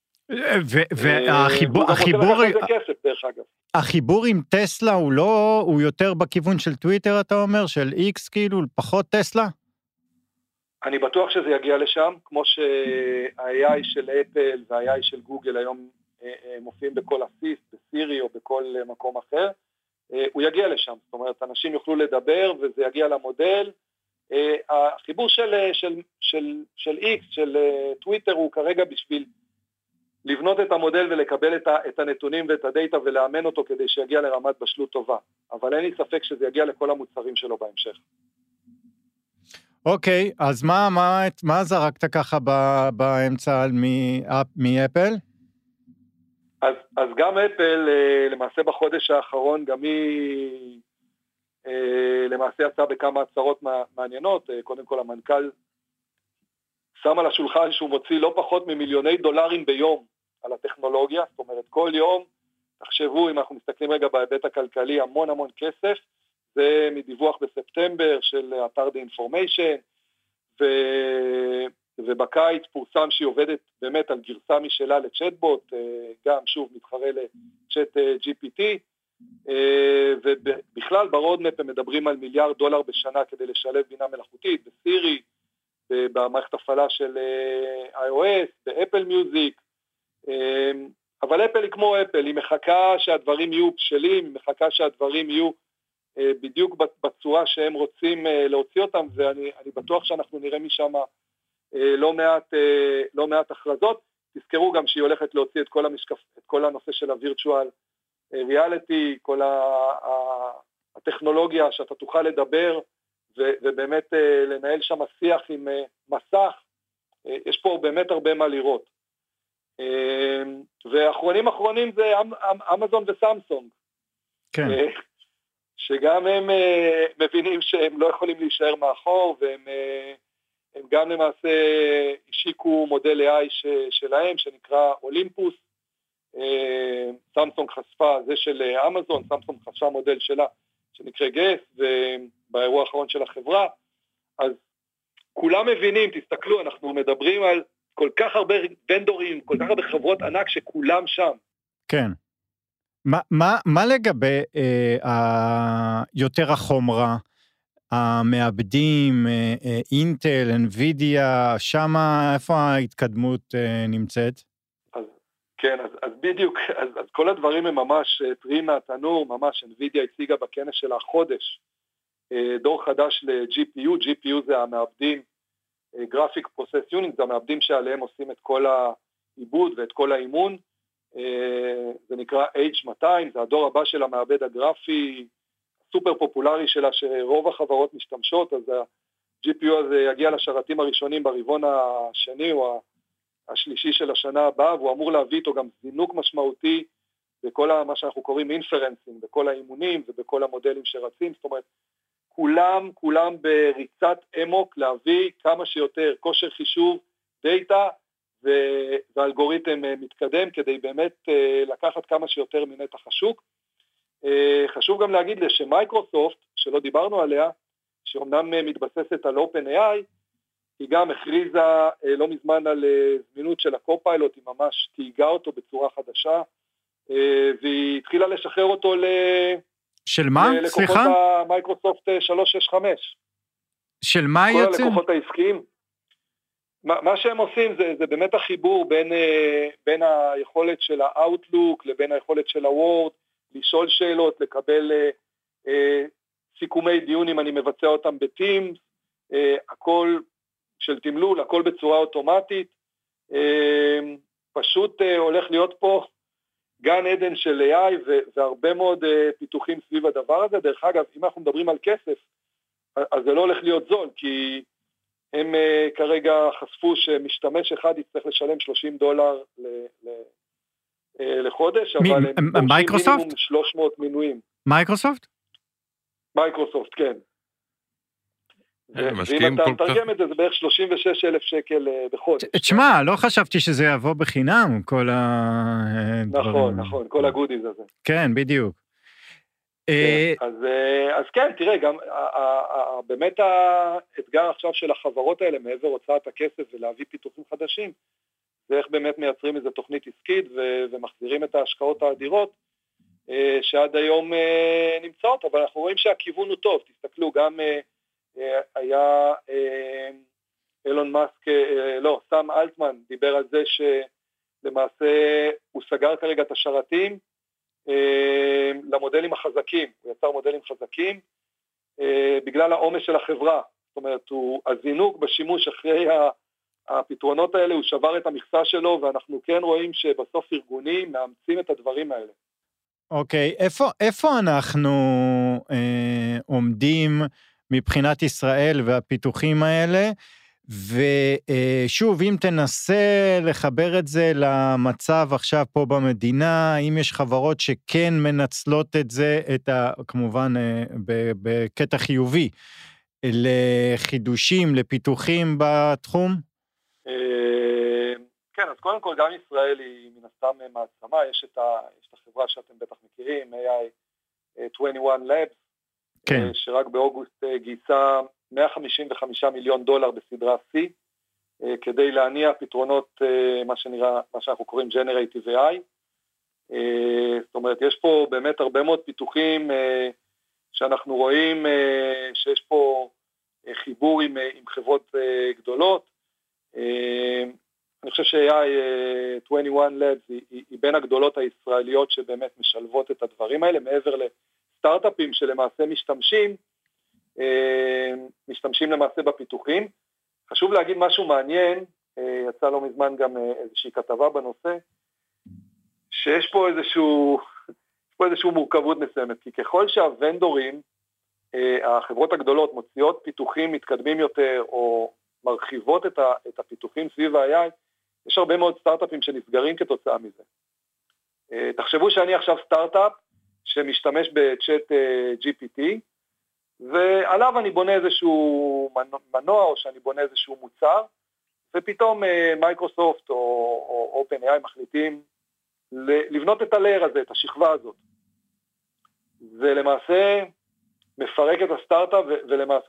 החיבור עם טסלה הוא יותר בכיוון של טוויטר, אתה אומר, של X כאילו, פחות טסלה? אני בטוח שזה יגיע לשם, כמו שה-AI של אפל וה-AI של גוגל היום מופיעים בכל אסיסט, בסירי או בכל מקום אחר, הוא יגיע לשם, זאת אומרת, אנשים יוכלו לדבר וזה יגיע למודל. החיבור של X, של טוויטר, הוא כרגע בשביל לבנות את המודל ולקבל את הנתונים ואת הדאטה ולאמן אותו כדי שיגיע לרמת בשלות טובה, אבל אין לי ספק שזה יגיע לכל המוצרים שלו בהמשך. אוקיי, אז מה זרקת ככה באמצע מאפל? אז גם אפל, למעשה בחודש האחרון, גם היא למעשה יצאה בכמה הצהרות מעניינות. קודם כל המנכ"ל שם על השולחן שהוא מוציא לא פחות ממיליוני דולרים ביום על הטכנולוגיה, זאת אומרת כל יום, תחשבו אם אנחנו מסתכלים רגע בהיבט הכלכלי, המון כסף, זה מדיווח בספטמבר של אתר The Information, ובקיץ פורסם שהיא עובדת באמת על גרסה משלה לצ'אטבוט, גם שוב מתחרה לצ'אט GPT, ובכלל ברודמפ הם מדברים על $1 מיליארד בשנה כדי לשלב בינה מלאכותית, בסירי, במערכת הפעלה של iOS, באפל מיוזיק, אבל אפל היא כמו אפל, היא מחכה שהדברים יהיו בשלים, היא מחכה שהדברים יהיו בדיוק בצורה שהם רוצים להוציא אותם, ואני בטוח שאנחנו נראה משם לא מעט הכרזות. תזכרו גם שהיא הולכת להוציא את כל הנושא של הווירטואל ריאליטי, כל הטכנולוגיה שאתה תוכל לדבר ובאמת לנהל שם שיח עם מסך. יש פה באמת הרבה מה לראות. ואחרונים זה אמזון וסמסונג. כן. שגם הם מבינים שהם לא יכולים להישאר מאחור, והם הם גם למעשה השיקו מודל AI שלהם, שנקרא אולימפוס, סמסונג חשפה, זה של אמזון, סמסונג חשפה מודל שלה, שנקרא גס, ובאירוע האחרון של החברה, אז כולם מבינים, תסתכלו, אנחנו מדברים על כל כך הרבה ונדורים, כל כך הרבה חברות ענק שכולם שם. כן. מה לגבי יותר החומרה, המעבדים, אינטל, אנווידיה, שמה, איפה ההתקדמות נמצאת? כן, אז בדיוק, אז כל הדברים הם ממש טריים מהתנור, ממש אנווידיה הציגה בכנס של החודש, דור חדש ל-GPU, GPU זה המעבדים, Graphic Process Unit, זה המעבדים שעליהם עושים את כל העיבוד ואת כל האימון, זה נקרא H200, זה הדור הבא של המעבד הגרפי, סופר פופולרי שלה שרוב החברות משתמשות, אז ה-GPU הזה יגיע לשרתים הראשונים ברבעון השני או השלישי של השנה הבאה, והוא אמור להביא איתו גם זינוק משמעותי בכל מה שאנחנו קוראים אינפרנסים, בכל האימונים ובכל המודלים שרצים, זאת אומרת, כולם בריצת אמוק להביא כמה שיותר כושר חישוב, דאטה ואלגוריתם מתקדם, כדי באמת לקחת כמה שיותר מנתח השוק. חשוב גם להגיד שמייקרוסופט, שלא דיברנו עליה, שאומנם מתבססת על OpenAI, היא גם הכריזה לא מזמן על זמינות של הקופיילוט, היא ממש תהיגה אותו בצורה חדשה, והיא התחילה לשחרר אותו של מה? סליחה? ללקוחות המייקרוסופט 365. של מה יוצאים? כל הלקוחות העסקיים. מה שהם עושים זה באמת החיבור בין היכולת של האוטלוק לבין היכולת של הוורד, לשאול שאלות, לקבל סיכומי דיון אם אני מבצע אותם בטימס, הכל של תמלול, הכל בצורה אוטומטית, פשוט הולך להיות פה גן עדן של AI והרבה מאוד פיתוחים סביב הדבר הזה. דרך אגב, אם אנחנו מדברים על כסף, אז זה לא הולך להיות זול, כי הם כרגע חשפו שמשתמש אחד יצטרך לשלם $30 לחודש, אבל הם מייקרוסופט? מינימום 300 מינויים. מייקרוסופט? מייקרוסופט, כן. ואם אתה מתרגם את זה, זה בערך 36,000 שקל בחודש. תשמע, לא חשבתי שזה יבוא בחינם, כל הדברים. נכון, כל הגודיז הזה. כן, בדיוק. אז כן, תראה, גם באמת האתגר עכשיו של החברות האלה, מעבר הוצאת הכסף ולהביא פיתוחים חדשים, זה איך באמת מייצרים איזו תוכנית עסקית ומחזירים את ההשקעות האדירות, שעד היום נמצאות, אבל אנחנו רואים שהכיוון הוא טוב. תסתכלו, גם היה אילון מאסק, סם אלטמן דיבר על זה שלמעשה הוא סגר כרגע את השרתים למודלים החזקים, הוא יצר מודלים חזקים בגלל העומס של החברה, זאת אומרת, הזינוק בשימוש אחרי הפתרונות האלה, הוא שבר את המכסה שלו, ואנחנו כן רואים שבסוף ארגונים מאמצים את הדברים האלה. אוקיי, איפה אנחנו עומדים מבחינת ישראל והפיתוחים האלה, ושוב, אם תנסה לחבר את זה למצב עכשיו פה במדינה, אם יש חברות שכן מנצלות את זה, כמובן בקטע חיובי, לחידושים, לפיתוחים בתחום? כן, אז קודם כל גם ישראל היא מן הסתם מעצמה, יש את החברה שאתם בטח מכירים, AI 21 Labs, כן. שרק באוגוסט גייסה $155 מיליון בסדרה C, כדי להניע פתרונות, מה שאנחנו קוראים Generative AI. זאת אומרת, יש פה באמת הרבה מאוד פיתוחים שאנחנו רואים שיש פה חיבור עם חברות גדולות. אני חושב ש-AI 21 Labs היא בין הגדולות הישראליות שבאמת משלבות את הדברים האלה, מעבר לסטארט-אפים שלמעשה משתמשים למעשה בפיתוחים. חשוב להגיד משהו מעניין, יצא לא מזמן גם איזושהי כתבה בנושא, שיש פה איזשהו מורכבות מסוימת, כי ככל שהוונדורים, החברות הגדולות מוציאות פיתוחים מתקדמים יותר, או מרחיבות את הפיתוחים סביב ה-AI, יש הרבה מאוד סטארט-אפים שנסגרים כתוצאה מזה. תחשבו שאני עכשיו סטארט-אפ שמשתמש בצ'אט GPT, ועליו אני בונה איזשהו מנוע, או שאני בונה איזשהו מוצר, ופתאום מייקרוסופט או OpenAI מחליטים לבנות את הלייר הזה, את השכבה הזאת. זה למעשה מפרק את הסטארט-אפ, ולמעשה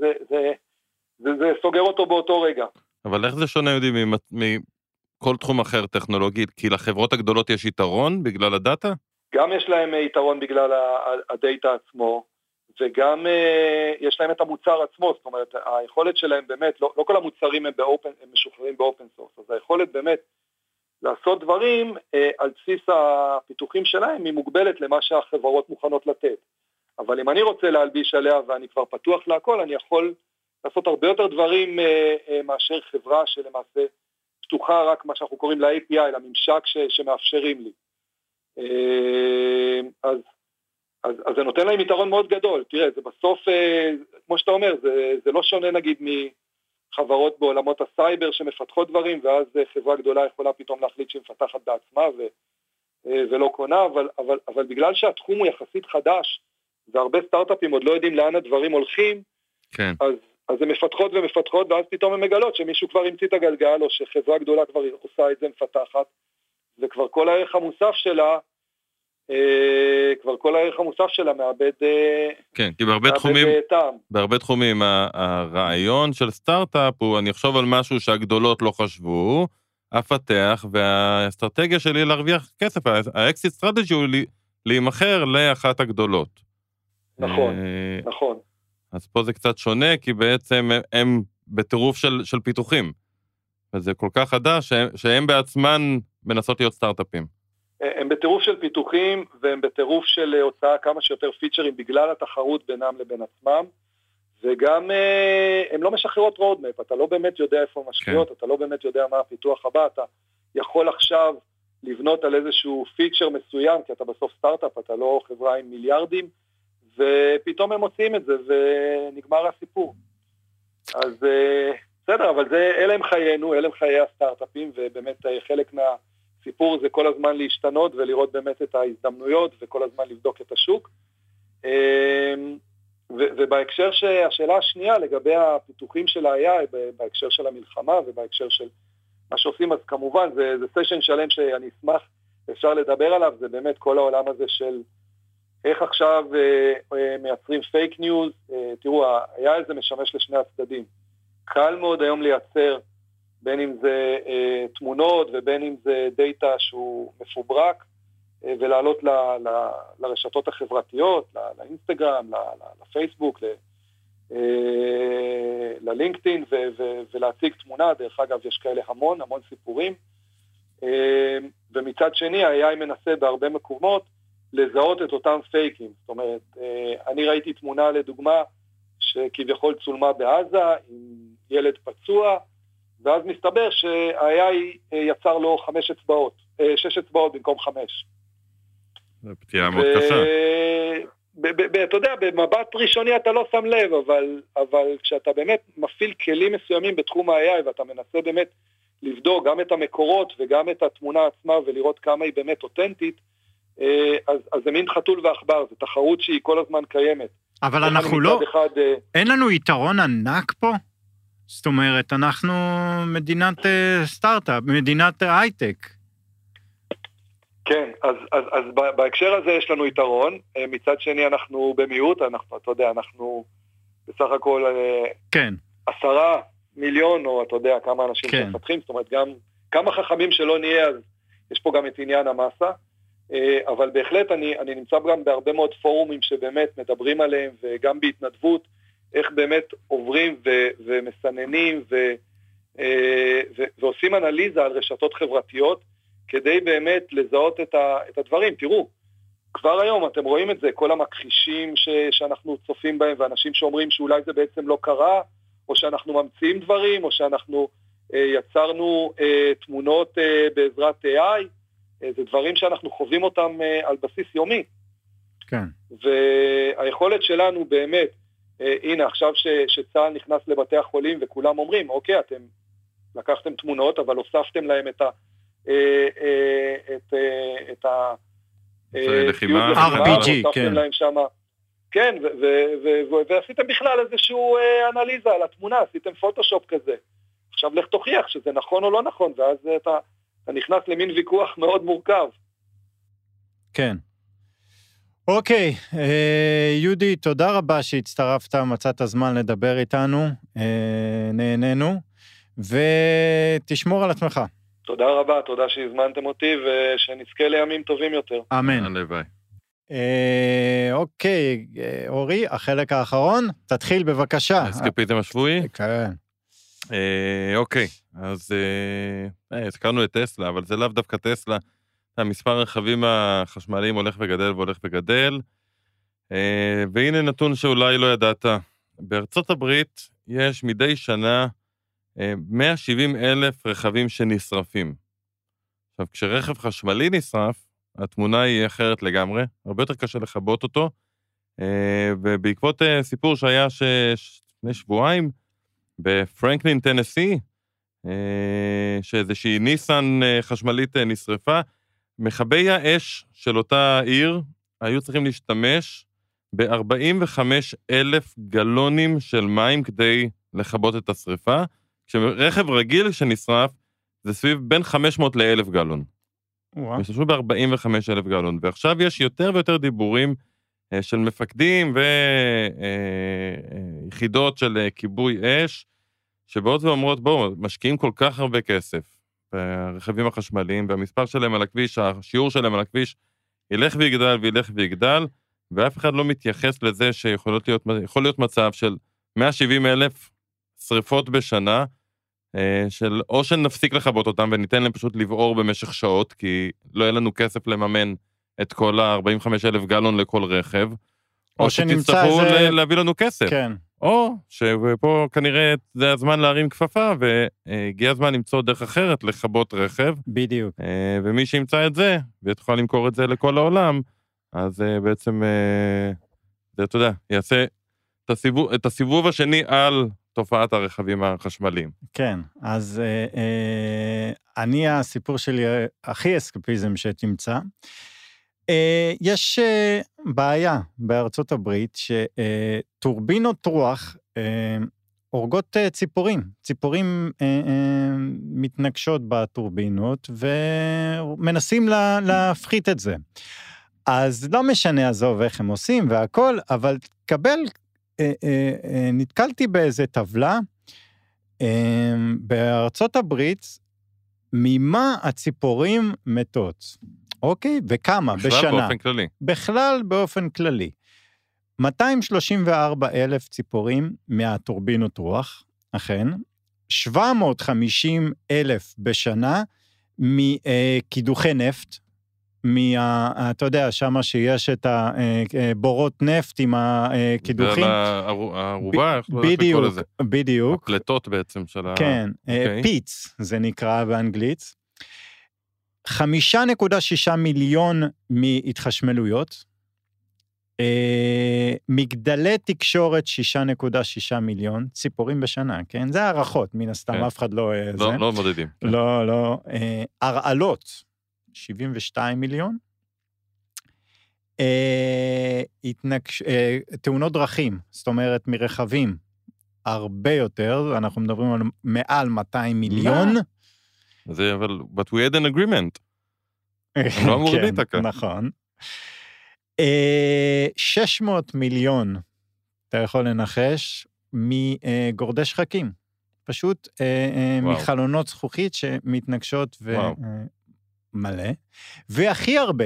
זה סוגר אותו באותו רגע. אבל איך זה שונה, יודעים, מכל תחום אחר טכנולוגית? כי לחברות הגדולות יש יתרון בגלל הדאטה? גם יש להם יתרון בגלל הדאטה עצמו, וגם יש להם את המוצר עצמו, זאת אומרת, היכולת שלהם באמת, לא כל המוצרים הם משוחררים באופן סורס, אז היכולת באמת לעשות דברים על בסיס הפיתוחים שלהם היא מוגבלת למה שהחברות מוכנות לתת. אבל אם אני רוצה להלביש עליה ואני כבר פתוח להכל, אני יכול לעשות הרבה יותר דברים מאשר חברה שלמעשה פתוחה רק מה שאנחנו קוראים ל-API, לממשק שמאפשרים לי. אז זה נותן להם יתרון מאוד גדול. תראה, זה בסוף, כמו שאתה אומר, זה לא שונה נגיד מחברות בעולמות הסייבר שמפתחות דברים, ואז חברה גדולה יכולה פתאום להחליט שהיא מפתחת בעצמה ולא קונה, אבל בגלל שהתחום הוא יחסית חדש, והרבה סטארט-אפים עוד לא יודעים לאן הדברים הולכים, כן. אז הן מפתחות, ואז פתאום הן מגלות שמישהו כבר המציא את הגלגל, או שחברה גדולה כבר עושה את זה מפתחת, וכבר כל הערך המוסף שלה מאבד כן, כי בהרבה תחומים הרעיון של סטארט-אפ הוא, אני אחשוב על משהו שהגדולות לא חשבו, אפתח, והאסטרטגיה שלי להרוויח כסף, האקסיט סטרטג'י הוא להימחר לאחת הגדולות. נכון, נכון. אז פה זה קצת שונה, כי בעצם הם בטירוף של פיתוחים. וזה כל כך חדש שהם בעצמן מנסות להיות סטארט-אפים. הם בטירוף של פיתוחים, והם בטירוף של הוצאה כמה שיותר פיצ'רים, בגלל התחרות בינם לבין עצמם, וגם הם לא משחררות רודמפ, אתה לא באמת יודע איפה משקיעות, אתה לא באמת יודע מה הפיתוח הבא, אתה יכול עכשיו לבנות על איזשהו פיצ'ר מסוים, כי אתה בסוף סטארט-אפ, אתה לא חברה עם מיליארדים, ופתאום הם מוצאים את זה, ונגמר הסיפור. אז בסדר, אבל אלה הם חיינו, אלה הם חיי הסטארט-אפים, ובאמת חלק מהסיפור זה כל הזמן להשתנות, ולראות באמת את ההזדמנויות, וכל הזמן לבדוק את השוק. ובהקשר שהשאלה השנייה, לגבי הפיתוחים של ה-AI, בהקשר של המלחמה, ובהקשר של מה שעושים, אז כמובן, זה סשן שלם שאני אשמח, אפשר לדבר עליו, זה באמת כל העולם הזה של איך עכשיו מייצרים פייק ניוז. תראו, ה-AI הזה משמש לשני הצדדים. קל מאוד היום לייצר, בין אם זה תמונות, ובין אם זה דאטה שהוא מפוברק, ולעלות לרשתות החברתיות, לאינסטגרם, לפייסבוק, ללינקדאין, ולהציג תמונה. דרך אגב, יש כאלה המון סיפורים. ומצד שני, ה-AI מנסה בהרבה מקומות לזהות את אותם פייקים. זאת אומרת, אני ראיתי תמונה לדוגמה, שכביכול צולמה בעזה, עם ילד פצוע, ואז מסתבר שה-AI יצר לו 6 אצבעות במקום 5. זה פתיעה מאוד קשה. אתה יודע, במבט ראשוני אתה לא שם לב, אבל כשאתה באמת מפעיל כלים מסוימים בתחום ה-AI, ואתה מנסה באמת לבדוק גם את המקורות וגם את התמונה עצמה, ולראות כמה היא באמת אותנטית, אז זה מין חתול ועכבר, זה תחרות שהיא כל הזמן קיימת. אבל אנחנו לא, אין לנו יתרון ענק פה? זאת אומרת, אנחנו מדינת סטארט-אפ, מדינת הייטק. כן, אז בהקשר הזה יש לנו יתרון, מצד שני אנחנו במיעוט, אתה יודע, אנחנו בסך הכל 10 מיליון, או אתה יודע כמה אנשים שמפתחים, זאת אומרת, גם כמה חכמים שלא נהיה, אז יש פה גם את עניין המסה, אבל בהחלט אני נמצא גם בהרבה מאוד פורומים שבאמת מדברים עליהם, וגם בהתנדבות, איך באמת עוברים ומסננים ועושים אנליזה על רשתות חברתיות, כדי באמת לזהות את הדברים. תראו, כבר היום אתם רואים את זה, כל המכחישים שאנחנו צופים בהם, ואנשים שאומרים שאולי זה בעצם לא קרה, או שאנחנו ממציאים דברים, או שאנחנו יצרנו תמונות בעזרת AI, זה דברים שאנחנו חווים אותם על בסיס יומי. כן. והיכולת שלנו באמת, הנה עכשיו שצה"ל נכנס לבתי החולים, וכולם אומרים, אוקיי, אתם לקחתם תמונות, אבל הוספתם להם את RPG, כן. להם שמה, כן, ועשיתם בכלל איזשהו אנליזה על התמונה, עשיתם פוטושופ כזה. עכשיו לך תוכיח שזה נכון או לא נכון, ואז אתה נכנס למין ויכוח מאוד מורכב. כן. אוקיי, יהודי, תודה רבה שהצטרפת, מצאת זמן לדבר איתנו, נהנינו, ותשמור על עצמך. תודה רבה, תודה שהזמנתם אותי, ושנזכה לימים טובים יותר. אמן. הלוואי. אוקיי, אורי, החלק האחרון, תתחיל בבקשה. האסקפיזם השבועי? כן. אוקיי, אז הזכרנו את טסלה, אבל זה לאו דווקא טסלה, המספר הרכבים החשמליים הולך וגדל והולך וגדל, והנה נתון שאולי לא ידעת, בארצות הברית יש מדי שנה 170,000 רכבים שנשרפים. עכשיו, כשרכב חשמלי נשרף, התמונה היא אחרת לגמרי, הרבה יותר קשה לכבות אותו, ובעקבות סיפור שהיה לפני שבועיים, בפרנקלין, טנסי, שאיזושהי ניסן חשמלית נשרפה, מכבי האש של אותה עיר היו צריכים להשתמש ב-45,000 גלונים של מים כדי לכבות את השריפה, כשרכב רגיל שנשרף זה סביב בין 500 ל-1,000 גלון. משתמשו ב-45,000 גלון, ועכשיו יש יותר ויותר דיבורים של מפקדים ויחידות של כיבוי אש, שבאות ואומרות, בואו, משקיעים כל כך הרבה כסף ברכבים החשמליים, והמספר שלהם על הכביש, השיעור שלהם על הכביש, ילך ויגדל וילך ויגדל, ואף אחד לא מתייחס לזה שיכול להיות מצב של 170,000 שריפות בשנה, או שנפסיק לכבות אותם וניתן להם פשוט לבעור במשך שעות, כי לא יהיה לנו כסף לממן את כל ה-45,000 גלון לכל רכב, או שתצטרכו להביא לנו כסף. כן. או שפה כנראה זה הזמן להרים כפפה, והגיע הזמן למצוא דרך אחרת לכבות רכב. בדיוק. ומי שימצא את זה, ותוכל למכור את זה לכל העולם, אז בעצם, זה, אתה יודע, יעשה את הסיבוב השני על תופעת הרכבים החשמליים. כן, אז אני הסיפור שלי הכי אסקפיזם שתמצא. יש בעיה בארצות הברית שטורבינות רוח הורגות ציפורים. ציפורים מתנגשות בטורבינות ומנסים להפחית את זה. אז לא משנה עזוב איך הם עושים והכל, אבל נתקלתי באיזה טבלה בארצות הברית, ממה הציפורים מתות. אוקיי? וכמה? בשנה. בכלל באופן כללי. בכלל באופן כללי. 234,000 ציפורים מהטורבינות רוח, אכן. 750,000 בשנה מקידוחי נפט. אתה יודע, שמה שיש את הבורות נפט עם הקידוחים. הערובה, בדיוק, בדיוק. הפלטות בעצם של ה... כן, פיץ, זה נקרא באנגלית. 5.6 מיליון מהתחשמלויות, מגדלי תקשורת 6.6 מיליון, ציפורים בשנה, כן? זה הערכות, מן הסתם, אף אחד לא... לא מודדים. לא. הרעלות, 72 מיליון. תאונות דרכים, זאת אומרת, מרכבים, הרבה יותר, אנחנו מדברים על מעל 200 מיליון. זה אבל, but we had an agreement. הם לא אמורים להתעקע. נכון. 600 מיליון, אתה יכול לנחש, מגורדי שחקים. פשוט מחלונות זכוכית שמתנגשות ומלא. והכי הרבה,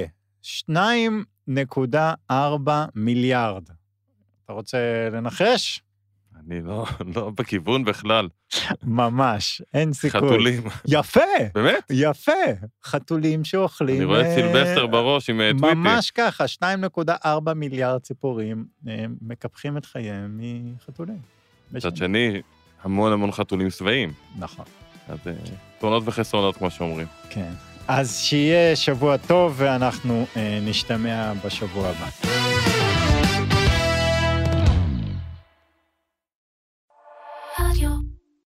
2.4 מיליארד. אתה רוצה לנחש? אני לא בכיוון בכלל. ממש, אין סיכוי. חתולים. יפה. באמת? יפה. חתולים שאוכלים. אני רואה את סילבסטר בראש עם טוויטי. ממש ככה, 2.4 מיליארד ציפורים מקפחים את חייהם מחתולים. מצד שני, המון חתולים שבעים. נכון. אז תאונות וחסרונות, כמו שאומרים. כן. אז שיהיה שבוע טוב, ואנחנו נשתמע בשבוע הבא.